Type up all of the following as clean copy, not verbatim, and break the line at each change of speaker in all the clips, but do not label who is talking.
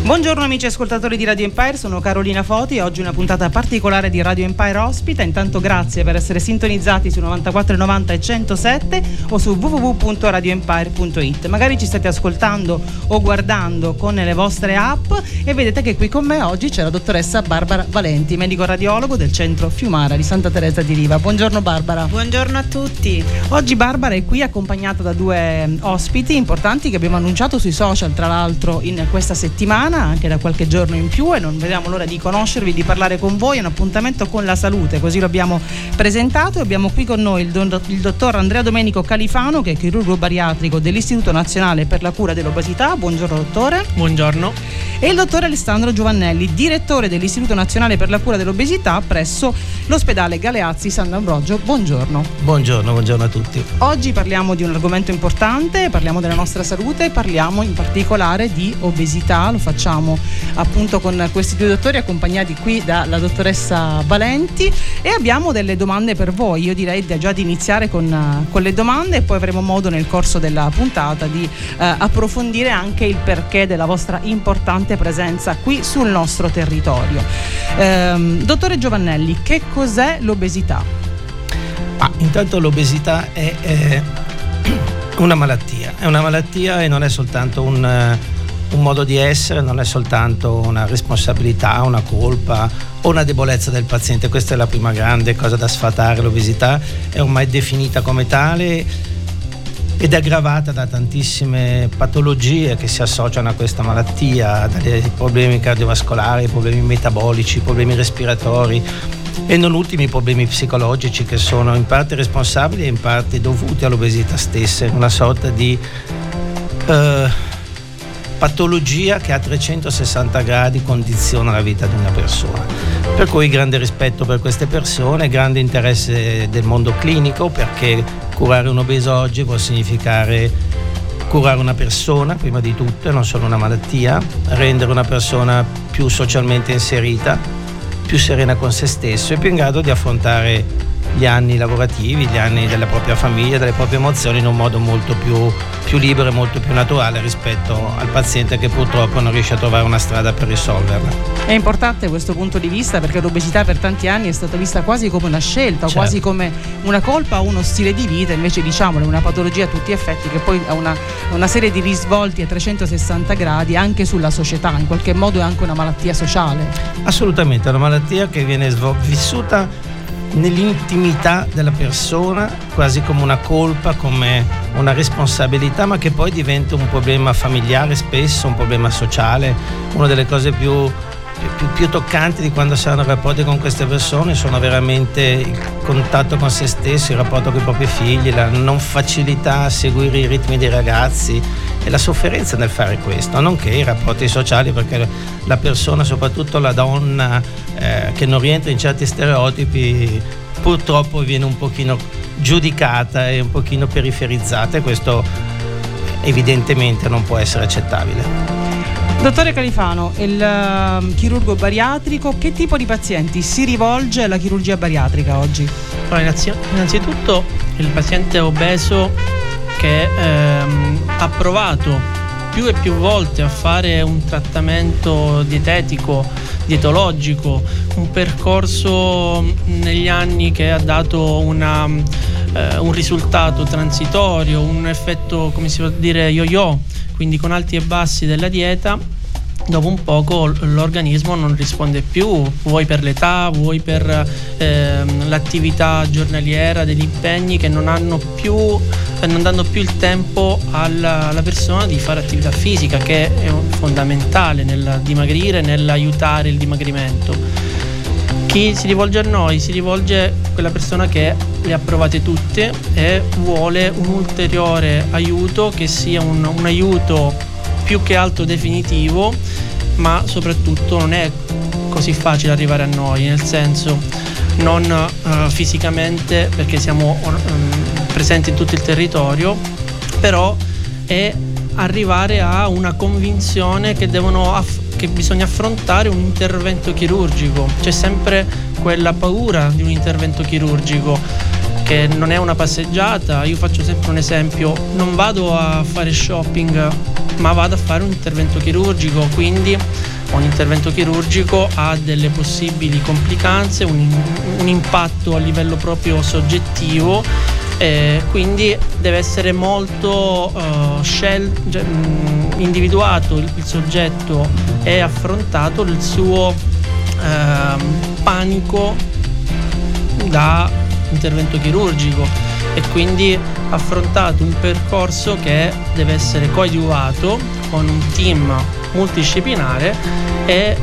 Buongiorno amici ascoltatori di Radio Empire, sono Carolina Foti e oggi una puntata particolare di Radio Empire ospita. Intanto grazie per essere sintonizzati su 94,90 e 107 o su www.radioempire.it. Magari ci state ascoltando o guardando con le vostre app e vedete che qui con me oggi c'è la dottoressa Barbara Valenti, medico radiologo del centro Fiumara di Santa Teresa di Riva. Buongiorno Barbara.
Buongiorno a tutti.
Oggi Barbara è qui accompagnata da due ospiti importanti che abbiamo annunciato sui social, tra l'altro in questa settimana, anche da qualche giorno in più, e non vediamo l'ora di conoscervi, di parlare con voi. È un appuntamento con la salute, così lo abbiamo presentato. Abbiamo qui con noi il dottor Andrea Domenico Califano, che è chirurgo bariatrico dell'Istituto Nazionale per la Cura dell'Obesità. Buongiorno dottore.
Buongiorno.
E il dottor Alessandro Giovannelli, direttore dell'Istituto Nazionale per la Cura dell'Obesità presso l'ospedale Galeazzi Sant'Ambrogio. Buongiorno.
Buongiorno a tutti.
Oggi parliamo di un argomento importante, parliamo della nostra salute, parliamo in particolare di obesità. Lo facciamo appunto con questi due dottori accompagnati qui dalla dottoressa Valenti, e abbiamo delle domande per voi. Io direi già di iniziare con le domande, e poi avremo modo nel corso della puntata di approfondire anche il perché della vostra importante presenza qui sul nostro territorio. Dottore Giovannelli, che cos'è l'obesità?
Intanto l'obesità è una malattia, e non è soltanto un modo di essere, non è soltanto una responsabilità, una colpa o una debolezza del paziente. Questa è la prima grande cosa da sfatare. L'obesità è ormai definita come tale ed è aggravata da tantissime patologie che si associano a questa malattia, dai problemi cardiovascolari, problemi metabolici, problemi respiratori e non ultimi i problemi psicologici, che sono in parte responsabili e in parte dovuti all'obesità stessa. Una sorta di patologia che a 360 gradi condiziona la vita di una persona. Per cui grande rispetto per queste persone, grande interesse del mondo clinico, perché curare un obeso oggi vuol significare curare una persona prima di tutto e non solo una malattia, rendere una persona più socialmente inserita, più serena con se stesso e più in grado di affrontare gli anni lavorativi, gli anni della propria famiglia, delle proprie emozioni in un modo molto più libero e molto più naturale rispetto al paziente che purtroppo non riesce a trovare una strada per risolverla.
È importante questo punto di vista, perché l'obesità per tanti anni è stata vista quasi come una scelta, certo, quasi come una colpa o uno stile di vita. Invece, diciamolo, è una patologia a tutti gli effetti che poi ha una serie di risvolti a 360 gradi anche sulla società. In qualche modo è anche una malattia sociale.
Assolutamente, è una malattia che viene vissuta nell'intimità della persona, quasi come una colpa, come una responsabilità, ma che poi diventa un problema familiare, spesso un problema sociale. Una delle cose più toccanti di quando si hanno rapporti con queste persone sono veramente il contatto con se stesso, il rapporto con i propri figli, la non facilità a seguire i ritmi dei ragazzi e la sofferenza nel fare questo, nonché i rapporti sociali, perché la persona, soprattutto la donna che non rientra in certi stereotipi, purtroppo viene un pochino giudicata e un pochino periferizzata, e questo evidentemente non può essere accettabile.
Dottore Califano, il chirurgo bariatrico, che tipo di pazienti si rivolge alla chirurgia bariatrica oggi?
Allora, innanzitutto il paziente obeso che ha provato più e più volte a fare un trattamento dietologico, un percorso negli anni che ha dato un risultato transitorio, un effetto, come si può dire, yo-yo, quindi con alti e bassi della dieta. Dopo un poco l'organismo non risponde più, vuoi per l'età, vuoi per l'attività giornaliera, degli impegni che non danno più il tempo alla persona di fare attività fisica, che è fondamentale nel dimagrire, nell'aiutare il dimagrimento. Chi si rivolge a noi? Si rivolge a quella persona che le ha provate tutte e vuole un ulteriore aiuto, che sia un aiuto più che altro definitivo, ma soprattutto non è così facile arrivare a noi, nel senso non fisicamente, perché siamo presenti in tutto il territorio, però è arrivare a una convinzione che bisogna affrontare un intervento chirurgico. C'è sempre quella paura di un intervento chirurgico. che non è una passeggiata. Io faccio sempre un esempio: non vado a fare shopping, ma vado a fare un intervento chirurgico, quindi un intervento chirurgico ha delle possibili complicanze, un impatto a livello proprio soggettivo, quindi deve essere molto individuato il soggetto e affrontato il suo panico da intervento chirurgico, e quindi affrontato un percorso che deve essere coadiuvato con un team multidisciplinare e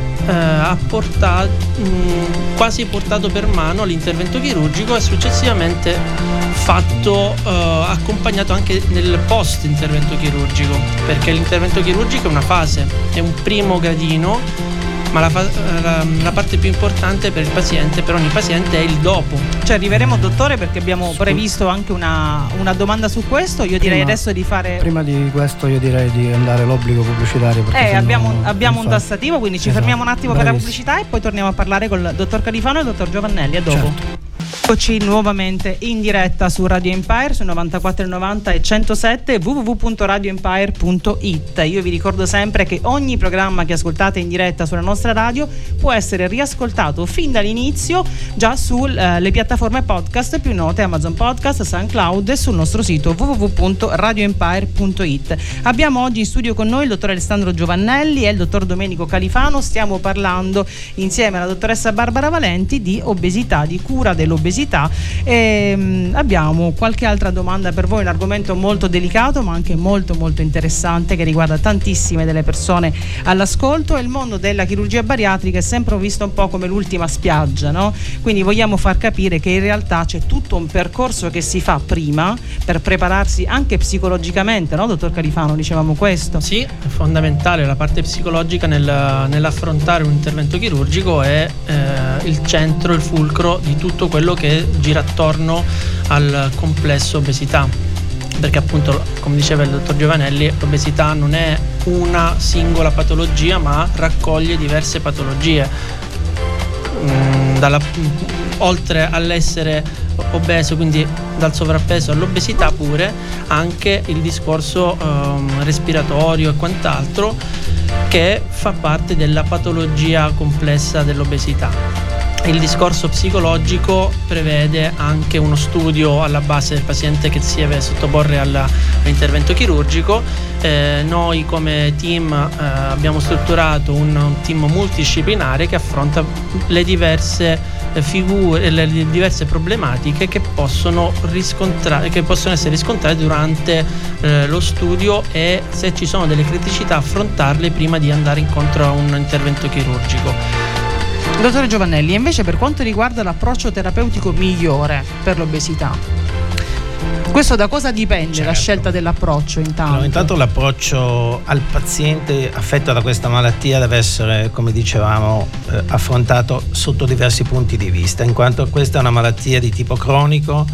quasi portato per mano all'intervento chirurgico, e successivamente fatto accompagnato anche nel post intervento chirurgico, perché l'intervento chirurgico è una fase, è un primo gradino, ma la parte più importante per il paziente, per ogni paziente, è il dopo.
Cioè arriveremo, dottore, perché abbiamo previsto anche una domanda su questo. Io direi adesso di fare...
Prima di questo io direi di andare l'obbligo pubblicitario.
Abbiamo un tassativo, quindi ci fermiamo un attimo per la pubblicità e poi torniamo a parlare con il dottor Califano e il dottor Giovannelli. A dopo.
Certo.
Eccoci nuovamente in diretta su Radio Empire, su 94,90 e 107, www.radioempire.it. Io vi ricordo sempre che ogni programma che ascoltate in diretta sulla nostra radio può essere riascoltato fin dall'inizio già sulle piattaforme podcast più note, Amazon Podcast, SoundCloud, e sul nostro sito www.radioempire.it. Abbiamo oggi in studio con noi il dottor Alessandro Giovannelli e il dottor Domenico Califano. Stiamo parlando insieme alla dottoressa Barbara Valenti di obesità, di cura dell'obesità, e abbiamo qualche altra domanda per voi, un argomento molto delicato ma anche molto molto interessante che riguarda tantissime delle persone all'ascolto. Il mondo della chirurgia bariatrica è sempre visto un po' come l'ultima spiaggia, no? Quindi vogliamo far capire che in realtà c'è tutto un percorso che si fa prima per prepararsi anche psicologicamente, no, dottor Califano? Dicevamo questo.
Sì, è fondamentale la parte psicologica nell'affrontare un intervento chirurgico, è il centro, il fulcro di tutto quello che gira attorno al complesso obesità, perché appunto, come diceva il dottor Giovannelli, l'obesità non è una singola patologia ma raccoglie diverse patologie, oltre all'essere obeso, quindi dal sovrappeso all'obesità, pure anche il discorso respiratorio e quant'altro, che fa parte della patologia complessa dell'obesità. Il discorso psicologico prevede anche uno studio alla base del paziente che si deve sottoporre all'intervento chirurgico. Noi come team abbiamo strutturato un team multidisciplinare che affronta le diverse figure, le diverse problematiche che possono essere riscontrate durante lo studio, e se ci sono delle criticità affrontarle prima di andare incontro a un intervento chirurgico.
Dottore Giovannelli, invece per quanto riguarda l'approccio terapeutico migliore per l'obesità, questo da cosa dipende? Certo. La scelta dell'approccio intanto?
Allora, intanto l'approccio al paziente affetto da questa malattia deve essere, come dicevamo, affrontato sotto diversi punti di vista, in quanto questa è una malattia di tipo cronico,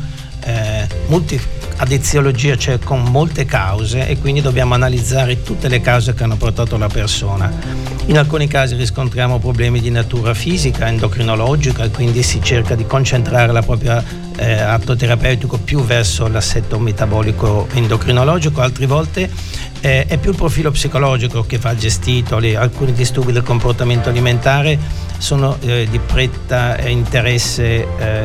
ad eziologia, cioè con molte cause, e quindi dobbiamo analizzare tutte le cause che hanno portato la persona. In alcuni casi riscontriamo problemi di natura fisica, endocrinologica, e quindi si cerca di concentrare la propria atto terapeutico più verso l'assetto metabolico endocrinologico. Altre volte è più il profilo psicologico che va gestito. Alcuni disturbi del comportamento alimentare sono di pretta interesse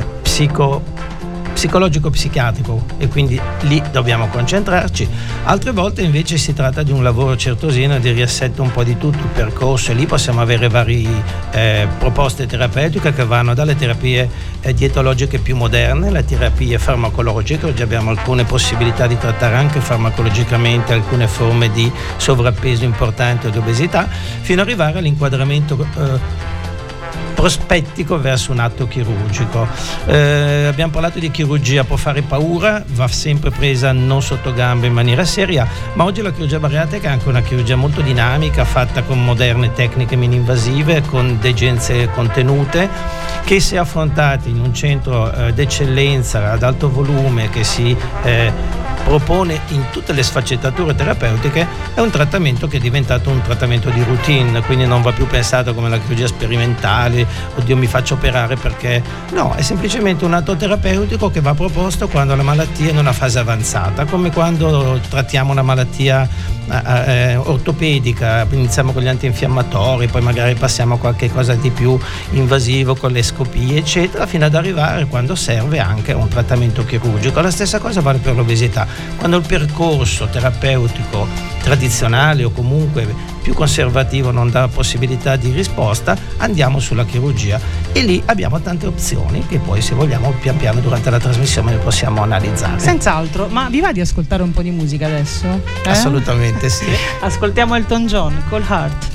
psicologico-psichiatrico, e quindi lì dobbiamo concentrarci. Altre volte invece si tratta di un lavoro certosino di riassetto un po' di tutto il percorso, e lì possiamo avere varie proposte terapeutiche che vanno dalle terapie dietologiche più moderne, le terapie farmacologiche. Oggi abbiamo alcune possibilità di trattare anche farmacologicamente alcune forme di sovrappeso importante o di obesità, fino ad arrivare all'inquadramento prospettico verso un atto chirurgico. Abbiamo parlato di chirurgia, può fare paura, va sempre presa non sotto gamba in maniera seria, ma oggi la chirurgia bariatrica è anche una chirurgia molto dinamica, fatta con moderne tecniche mini-invasive, con degenze contenute, che se affrontate in un centro d'eccellenza ad alto volume, che si propone in tutte le sfaccettature terapeutiche, è un trattamento che è diventato un trattamento di routine, quindi non va più pensato come la chirurgia sperimentale, oddio mi faccio operare perché, no, è semplicemente un atto terapeutico che va proposto quando la malattia è in una fase avanzata, come quando trattiamo una malattia ortopedica, iniziamo con gli antinfiammatori, poi magari passiamo a qualche cosa di più invasivo con le scopie eccetera, fino ad arrivare quando serve anche un trattamento chirurgico. La stessa cosa vale per l'obesità. Quando il percorso terapeutico tradizionale o comunque più conservativo non dà possibilità di risposta, andiamo sulla chirurgia e lì abbiamo tante opzioni che poi, se vogliamo, pian piano durante la trasmissione le possiamo analizzare.
Senz'altro, ma vi va di ascoltare un po' di musica adesso?
Assolutamente sì.
Ascoltiamo Elton John, Cold Heart.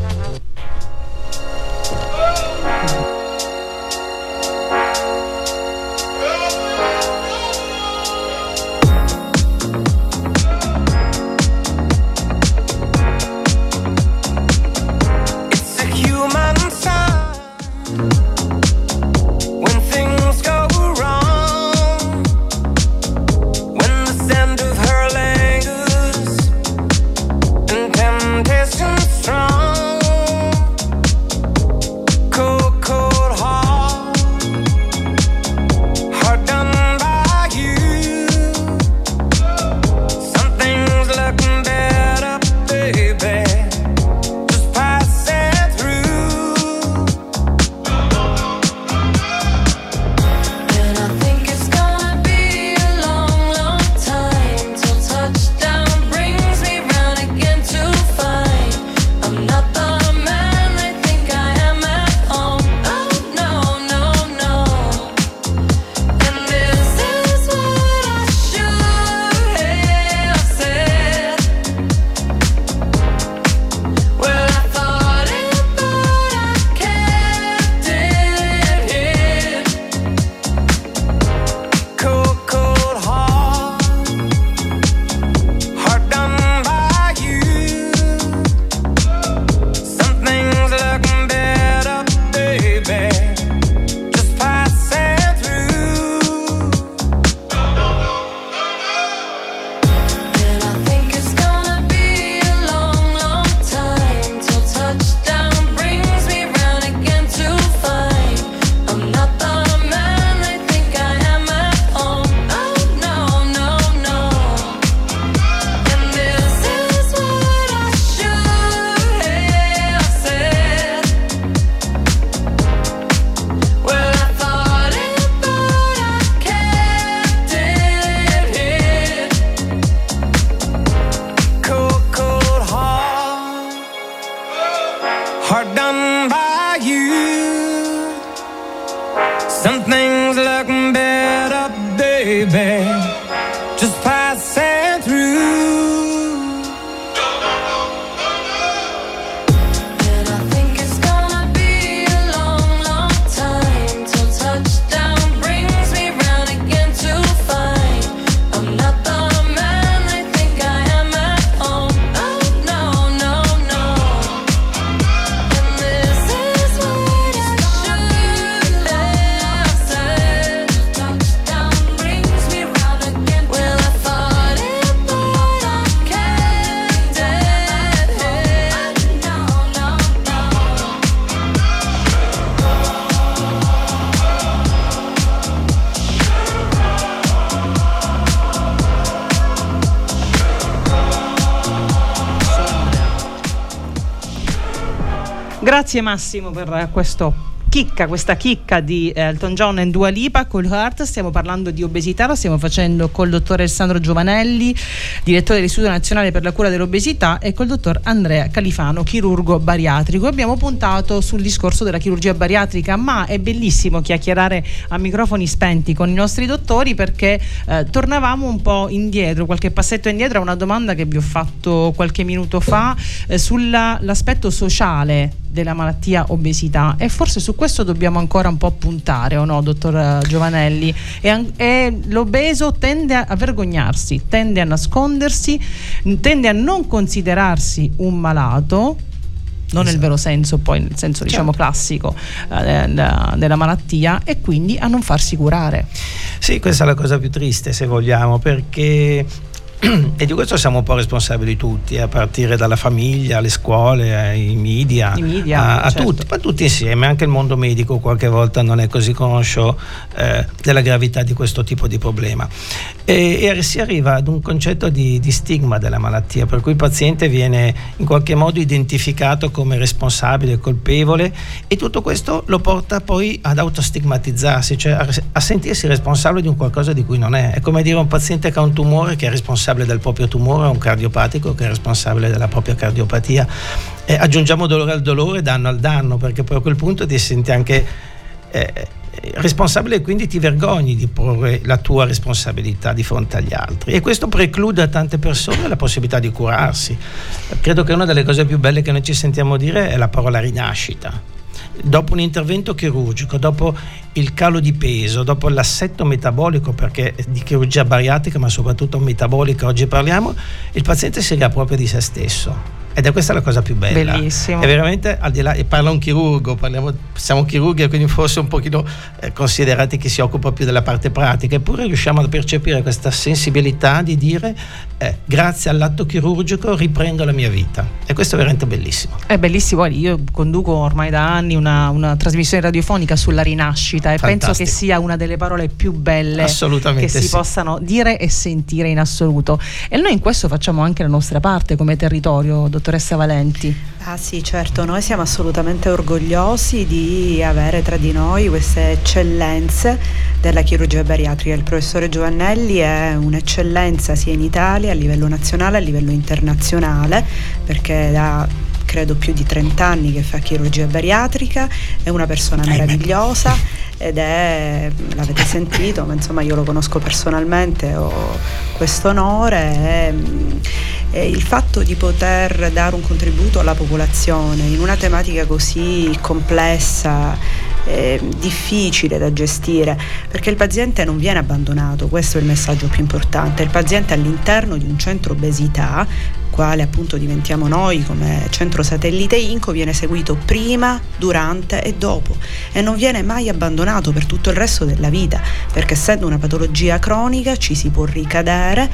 Grazie Massimo per questa chicca di Elton John e Dua Lipa, Cold Heart. Stiamo parlando di obesità, lo stiamo facendo col dottor Alessandro Giovanelli, direttore dell'Istituto Nazionale per la Cura dell'Obesità, e col dottor Andrea Califano, chirurgo bariatrico. Abbiamo puntato sul discorso della chirurgia bariatrica, ma è bellissimo chiacchierare a microfoni spenti con i nostri dottori, perché tornavamo un po' indietro, qualche passetto indietro, a una domanda che vi ho fatto qualche minuto fa sull'aspetto sociale della malattia obesità, e forse su questo dobbiamo ancora un po' puntare, o no, dottor Giovanelli? E l'obeso tende a vergognarsi, tende a nascondersi, tende a non considerarsi un malato, non nel vero senso, poi nel senso diciamo classico della malattia, e quindi a non farsi curare.
Sì, questa è la cosa più triste, se vogliamo, perché E di questo siamo un po' responsabili tutti, a partire dalla famiglia, alle scuole, ai media, a
certo.
tutti, ma tutti insieme. Anche il mondo medico qualche volta non è così conscio della gravità di questo tipo di problema, e si arriva ad un concetto di stigma della malattia, per cui il paziente viene in qualche modo identificato come responsabile, colpevole, e tutto questo lo porta poi ad autostigmatizzarsi, cioè a sentirsi responsabile di un qualcosa di cui non è. È come dire un paziente che ha un tumore che è responsabile del proprio tumore, o un cardiopatico che è responsabile della propria cardiopatia. Aggiungiamo dolore al dolore, danno al danno, perché poi a quel punto ti senti anche responsabile, e quindi ti vergogni di porre la tua responsabilità di fronte agli altri, e questo preclude a tante persone la possibilità di curarsi. Credo che una delle cose più belle che noi ci sentiamo dire è la parola rinascita. Dopo un intervento chirurgico, dopo il calo di peso, dopo l'assetto metabolico, perché di chirurgia bariatrica ma soprattutto metabolica oggi parliamo, il paziente si riappropria di se stesso, ed è questa la cosa più bella.
Bellissimo.
È veramente, al di là, e parla un chirurgo, siamo chirurghi e quindi forse un pochino considerati chi si occupa più della parte pratica, eppure riusciamo a percepire questa sensibilità di dire grazie all'atto chirurgico riprendo la mia vita, e questo è veramente bellissimo.
È bellissimo. Io conduco ormai da anni una trasmissione radiofonica sulla rinascita, e
Fantastico.
penso che sia una delle parole più belle
Assolutamente
che si possano dire e sentire in assoluto, e noi in questo facciamo anche la nostra parte come territorio, dottoressa Valenti.
Ah sì, certo, noi siamo assolutamente orgogliosi di avere tra di noi queste eccellenze della chirurgia bariatrica. Il professore Giovannelli è un'eccellenza sia in Italia, a livello nazionale, a livello internazionale, perché da credo più di 30 anni che fa chirurgia bariatrica, è una persona meravigliosa, ed è, l'avete sentito, ma insomma io lo conosco personalmente, ho questo onore, e il fatto di poter dare un contributo alla popolazione in una tematica così complessa, difficile da gestire, perché il paziente non viene abbandonato, questo è il messaggio più importante. Il paziente all'interno di un centro obesità, quale appunto diventiamo noi come centro satellite INCO, viene seguito prima, durante e dopo, e non viene mai abbandonato per tutto il resto della vita, perché essendo una patologia cronica ci si può ricadere,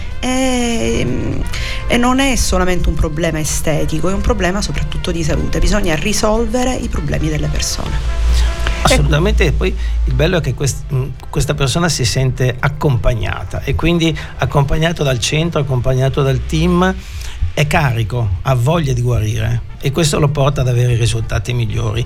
e non è solamente un problema estetico, è un problema soprattutto di salute. Bisogna risolvere i problemi delle persone.
Assolutamente. E poi il bello è che questa persona si sente accompagnata, e quindi accompagnato dal centro, accompagnato dal team, è carico, ha voglia di guarire, e questo lo porta ad avere i risultati migliori.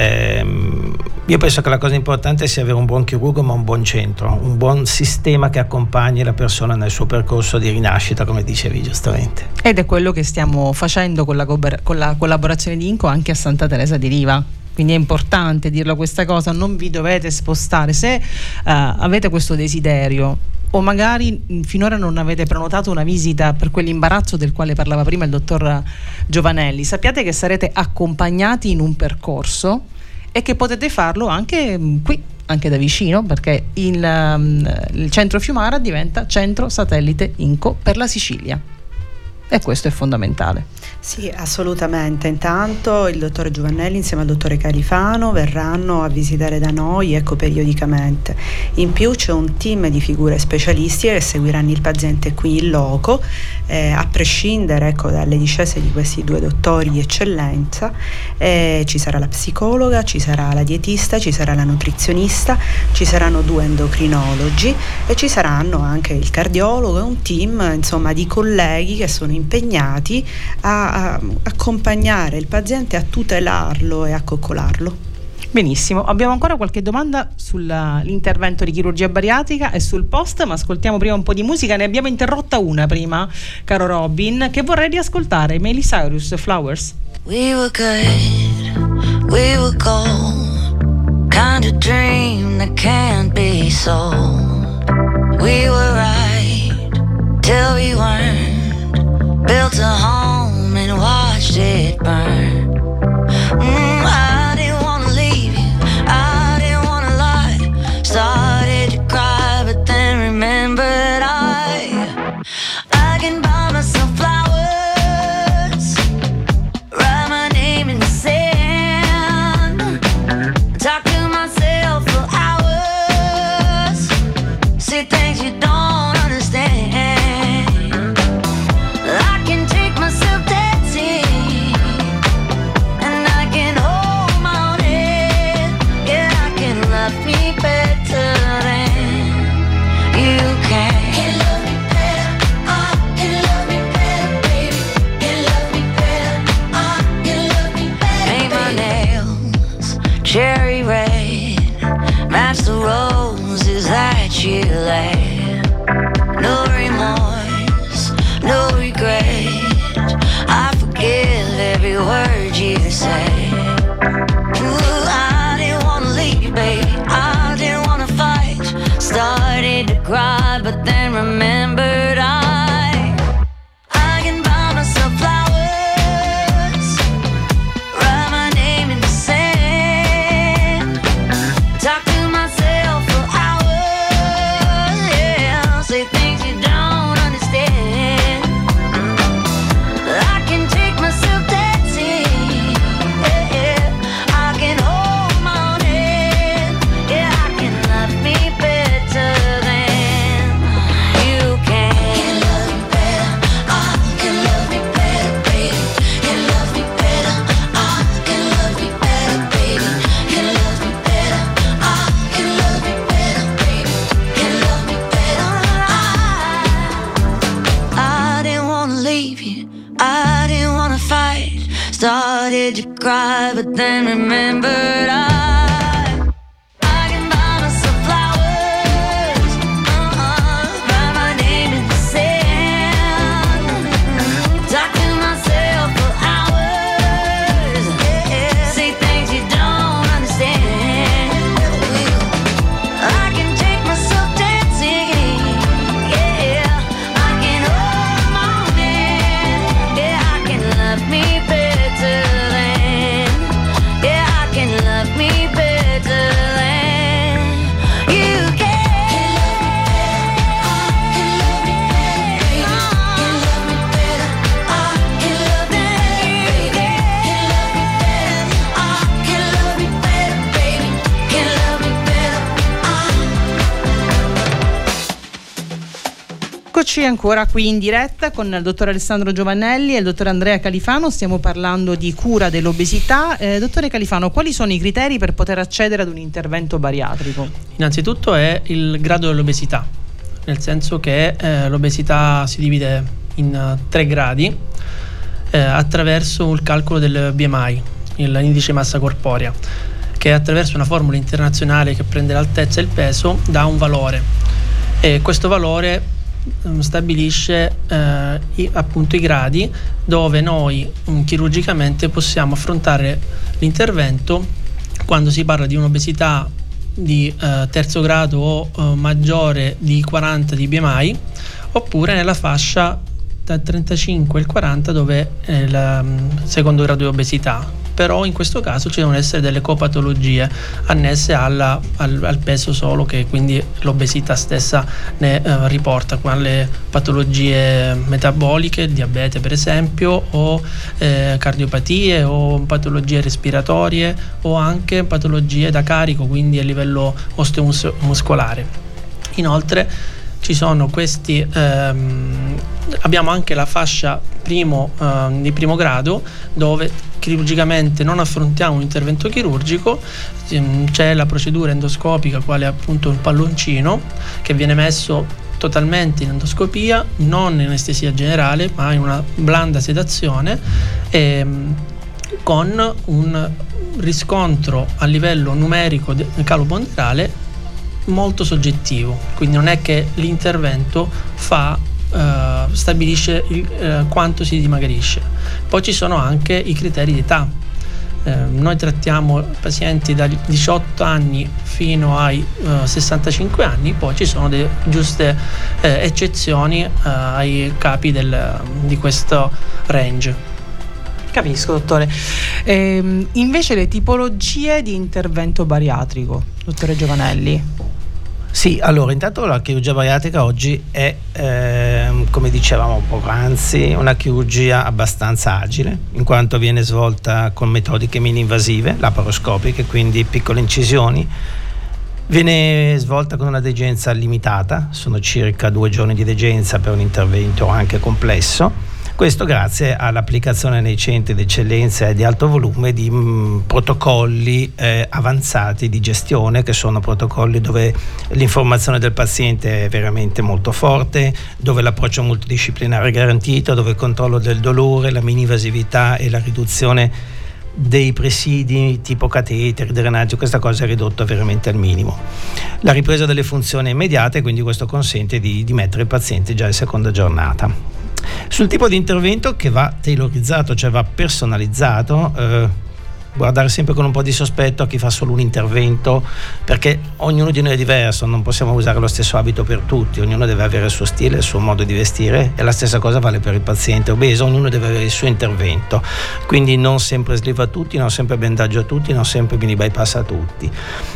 Io penso che la cosa importante sia avere un buon chirurgo, ma un buon centro, un buon sistema che accompagni la persona nel suo percorso di rinascita, come dicevi giustamente.
Ed è quello che stiamo facendo con la collaborazione di INCO anche a Santa Teresa di Riva. Quindi è importante dirlo questa cosa, non vi dovete spostare se avete questo desiderio, o magari finora non avete prenotato una visita per quell'imbarazzo del quale parlava prima il dottor Giovannelli. Sappiate che sarete accompagnati in un percorso, e che potete farlo anche qui, anche da vicino, perché il centro Fiumara diventa centro satellite INCO per la Sicilia, e questo è fondamentale.
Sì, assolutamente. Intanto il dottore Giovannelli insieme al dottore Califano verranno a visitare da noi, periodicamente. In più c'è un team di figure specialistiche che seguiranno il paziente qui in loco, a prescindere dalle discese di questi due dottori di eccellenza. Ci sarà la psicologa, ci sarà la dietista, ci sarà la nutrizionista, ci saranno 2 endocrinologi, e ci saranno anche il cardiologo, e un team insomma di colleghi che sono impegnati a accompagnare il paziente, a tutelarlo e a coccolarlo.
Benissimo, abbiamo ancora qualche domanda sull'intervento di chirurgia bariatrica e sul post, ma ascoltiamo prima un po' di musica. Ne abbiamo interrotta una prima, caro Robin, che vorrei riascoltare, Miley Cyrus, Flowers.
We were good, we were gold, kind of dream that can't be sold. We were right till we weren't, built a home and watched it burn. I didn't wanna leave you, I didn't wanna lie. Started to cry, but then remembered I can buy myself flowers, write my name in the sand, talk to myself for hours, see things you don't understand. you lay. No remorse, no regret. I forgive every word you say. Ooh, I didn't wanna leave you, baby. I didn't wanna fight. Started to cry, but then remembered I can buy myself flowers, write my name in the sand, talk to myself for hours, yeah, say things you don't understand. I can take myself dancing, yeah, I can hold my own hand, yeah, I can love me better than you can. Can love me better, I can love me better, baby. Can love me better, I can love me better, baby. Can love me better, I can love me better, baby. Can love me better, I didn't wanna leave you, I didn't wanna fight. Started to cry, but then remembered I can buy myself flowers, write my name in the sand, talk to myself for hours, yeah, say things you don't understand. I can take myself dancing, yeah, I can hold my own hand, yeah, I can love me better than, yeah, I can love me better than you can. Can love me better, I can love me better, I can love me better, baby. Can love me better,
Eccoci ancora qui in diretta con il dottor Alessandro Giovannelli e il dottor Andrea Califano. Stiamo parlando di cura dell'obesità. Dottore Califano, quali sono i criteri per poter accedere ad un intervento bariatrico?
Innanzitutto è il grado dell'obesità, nel senso che l'obesità si divide in 3 gradi attraverso il calcolo del BMI, l'indice massa corporea, che attraverso una formula internazionale che prende l'altezza e il peso dà un valore, e questo valore stabilisce appunto i gradi dove noi chirurgicamente possiamo affrontare l'intervento quando si parla di un'obesità di terzo grado o maggiore di 40 di BMI, oppure nella fascia dal 35 al 40 dove è il secondo grado di obesità. Però in questo caso ci devono essere delle copatologie annesse al peso solo, che quindi l'obesità stessa ne riporta, quale patologie metaboliche, diabete per esempio, o cardiopatie, o patologie respiratorie, o anche patologie da carico, quindi a livello osteomuscolare. Inoltre ci sono questi abbiamo anche la fascia di primo grado, dove chirurgicamente non affrontiamo un intervento chirurgico, c'è la procedura endoscopica, quale appunto il palloncino, che viene messo totalmente in endoscopia, non in anestesia generale ma in una blanda sedazione, con un riscontro a livello numerico caloponderale molto soggettivo, quindi non è che l'intervento stabilisce quanto si dimagrisce. Poi ci sono anche i criteri di età. Noi trattiamo pazienti dagli 18 anni fino ai 65 anni, poi ci sono delle giuste eccezioni ai capi di questo range.
Capisco, dottore. Invece le tipologie di intervento bariatrico, dottore Giovannelli?
Sì, allora intanto la chirurgia bariatrica oggi è, come dicevamo poc'anzi, una chirurgia abbastanza agile, in quanto viene svolta con metodiche mini-invasive, laparoscopiche, quindi piccole incisioni. Viene svolta con una degenza limitata, sono circa 2 giorni di degenza per un intervento anche complesso. Questo grazie all'applicazione nei centri di eccellenza e di alto volume di protocolli avanzati di gestione, che sono protocolli dove l'informazione del paziente è veramente molto forte, dove l'approccio multidisciplinare è garantito, dove il controllo del dolore, la minivasività e la riduzione dei presidi tipo cateteri, drenaggio, questa cosa è ridotta veramente al minimo. La ripresa delle funzioni è immediata e quindi questo consente di mettere il paziente già in seconda giornata. Sul tipo di intervento che va tailorizzato, cioè va personalizzato, guardare sempre con un po' di sospetto a chi fa solo un intervento, perché ognuno di noi è diverso, non possiamo usare lo stesso abito per tutti, ognuno deve avere il suo stile, il suo modo di vestire, e la stessa cosa vale per il paziente obeso, ognuno deve avere il suo intervento, quindi non sempre sleeve a tutti, non sempre bendaggio a tutti, non sempre mini bypass a tutti.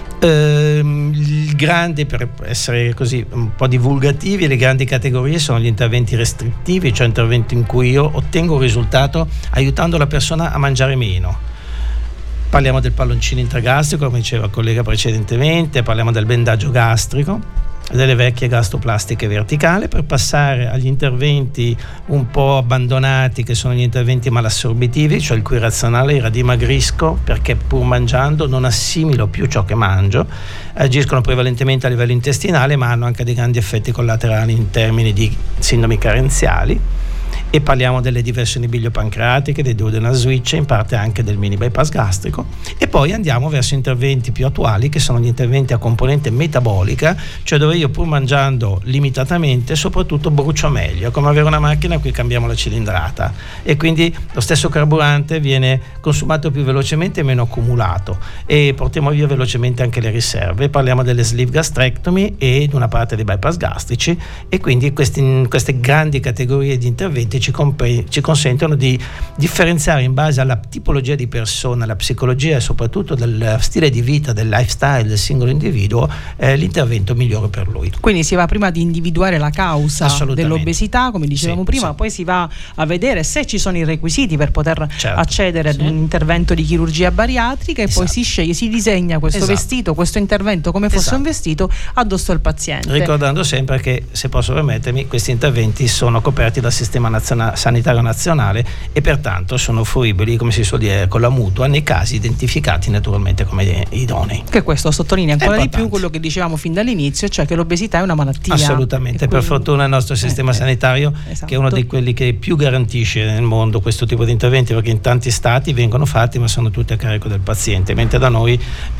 Il grande, per essere così un po' divulgativi, le grandi categorie sono gli interventi restrittivi, cioè interventi in cui io ottengo un risultato aiutando la persona a mangiare meno. Parliamo del palloncino intragastrico, come diceva il collega precedentemente, parliamo del bendaggio gastrico, delle vecchie gastroplastiche verticali, per passare agli interventi un po' abbandonati, che sono gli interventi malassorbitivi, cioè il cui razionale era dimagrisco perché pur mangiando non assimilo più ciò che mangio, agiscono prevalentemente a livello intestinale ma hanno anche dei grandi effetti collaterali in termini di sindromi carenziali. E parliamo delle diversioni biliopancreatiche, dei duodenal switch, in parte anche del mini bypass gastrico, e poi andiamo verso interventi più attuali, che sono gli interventi a componente metabolica, cioè dove io pur mangiando limitatamente soprattutto brucio meglio, è come avere una macchina a cui cambiamo la cilindrata e quindi lo stesso carburante viene consumato più velocemente e meno accumulato, e portiamo via velocemente anche le riserve. Parliamo delle sleeve gastrectomy e di una parte dei bypass gastrici, e quindi queste grandi categorie di interventi ci consentono di differenziare in base alla tipologia di persona, alla psicologia e soprattutto del stile di vita, del lifestyle del singolo individuo, l'intervento migliore per lui.
Quindi si va prima di individuare la causa dell'obesità, come dicevamo prima,
sì.
Poi si va a vedere se ci sono i requisiti per poter accedere ad
Sì.
un intervento di chirurgia bariatrica, e poi si sceglie, si disegna questo vestito, questo intervento come fosse un vestito addosso al paziente.
Ricordando sempre che, se posso permettermi, questi interventi sono coperti dal sistema sanitario nazionale e pertanto sono fruibili, come si suol dire, con la mutua nei casi identificati naturalmente come idonei.
Che questo sottolinea ancora di più quello che dicevamo fin dall'inizio, cioè che l'obesità è una malattia.
Assolutamente, per fortuna il nostro sistema sanitario, che è uno di quelli che più garantisce nel mondo questo tipo di interventi, perché in tanti stati vengono fatti ma sono tutti a carico del paziente, mentre da noi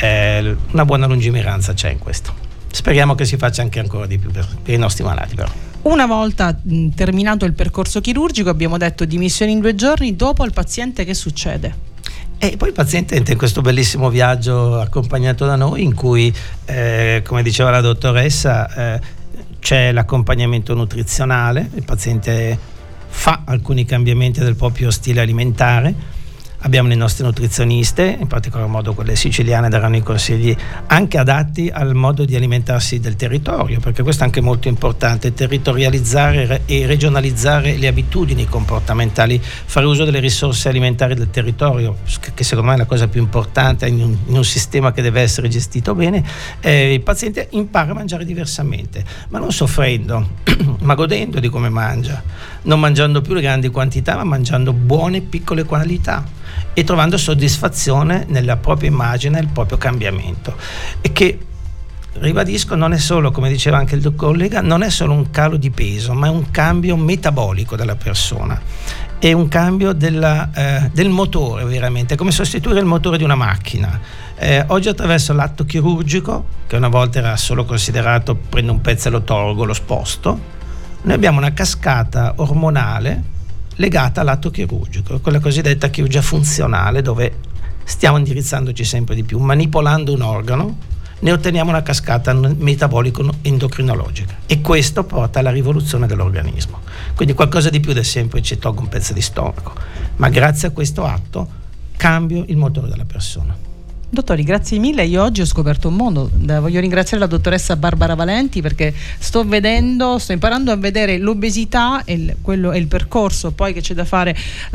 una buona lungimiranza c'è in questo. Speriamo che si faccia anche ancora di più per i nostri malati, però.
Una volta terminato il percorso chirurgico, abbiamo detto dimissioni in 2 giorni, dopo al paziente che succede?
E poi il paziente entra in questo bellissimo viaggio accompagnato da noi, in cui, come diceva la dottoressa, c'è l'accompagnamento nutrizionale, il paziente fa alcuni cambiamenti del proprio stile alimentare. Abbiamo le nostre nutrizioniste, in particolar modo quelle siciliane, daranno i consigli anche adatti al modo di alimentarsi del territorio, perché questo è anche molto importante, territorializzare e regionalizzare le abitudini comportamentali, fare uso delle risorse alimentari del territorio, che secondo me è la cosa più importante in un sistema che deve essere gestito bene. Il paziente impara a mangiare diversamente, ma non soffrendo, ma godendo di come mangia, non mangiando più le grandi quantità, ma mangiando buone piccole qualità e trovando soddisfazione nella propria immagine, nel proprio cambiamento, e che, ribadisco, non è solo, come diceva anche il collega, non è solo un calo di peso, ma è un cambio metabolico della persona, è un cambio del motore, veramente, è come sostituire il motore di una macchina. Oggi, attraverso l'atto chirurgico, che una volta era solo considerato prendo un pezzo e lo tolgo, lo sposto, noi abbiamo una cascata ormonale legata all'atto chirurgico, quella cosiddetta chirurgia funzionale, dove stiamo indirizzandoci sempre di più, manipolando un organo, ne otteniamo una cascata metabolico-endocrinologica, e questo porta alla rivoluzione dell'organismo. Quindi qualcosa di più del semplice tolgo un pezzo di stomaco, ma grazie a questo atto cambio il motore della persona.
Dottori, grazie mille. Io oggi ho scoperto un mondo. Voglio ringraziare la dottoressa Barbara Valenti, perché sto imparando a vedere l'obesità e il percorso poi che c'è da fare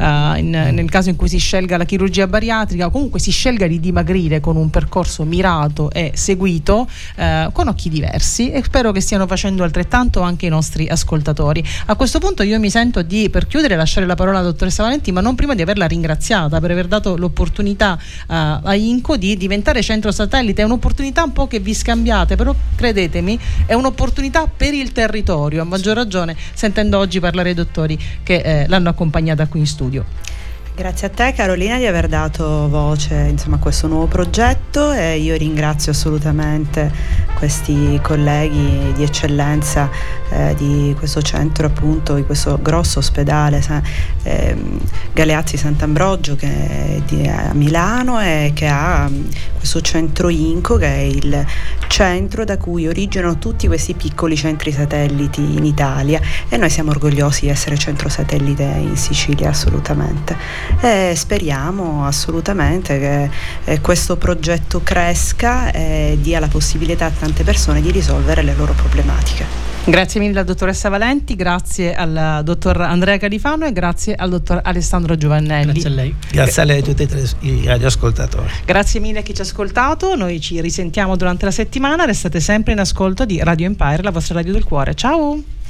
nel caso in cui si scelga la chirurgia bariatrica, o comunque si scelga di dimagrire con un percorso mirato e seguito con occhi diversi, e spero che stiano facendo altrettanto anche i nostri ascoltatori. A questo punto io mi sento di, per chiudere, lasciare la parola alla dottoressa Valenti, ma non prima di averla ringraziata per aver dato l'opportunità a INCO di diventare centro satellite. È un'opportunità un po' che vi scambiate, però credetemi è un'opportunità per il territorio, a maggior ragione sentendo oggi parlare i dottori che l'hanno accompagnata qui in studio.
Grazie a te Carolina di aver dato voce a questo nuovo progetto, e io ringrazio assolutamente questi colleghi di eccellenza di questo centro, appunto di questo grosso ospedale Galeazzi Sant'Ambrogio, che è a Milano, e che ha questo centro INCO, che è il centro da cui originano tutti questi piccoli centri satelliti in Italia, e noi siamo orgogliosi di essere centro satellite in Sicilia, assolutamente, e speriamo assolutamente che questo progetto cresca e dia la possibilità a tante persone di risolvere le loro problematiche.
Grazie mille alla dottoressa Valenti, grazie al dottor Andrea Califano e grazie al dottor Alessandro Giovannelli.
Grazie a lei.
Grazie a lei e a tutti i radioascoltatori.
Grazie mille a chi ci ha ascoltato, noi ci risentiamo durante la settimana, restate sempre in ascolto di Radio Empire, la vostra radio del cuore. Ciao!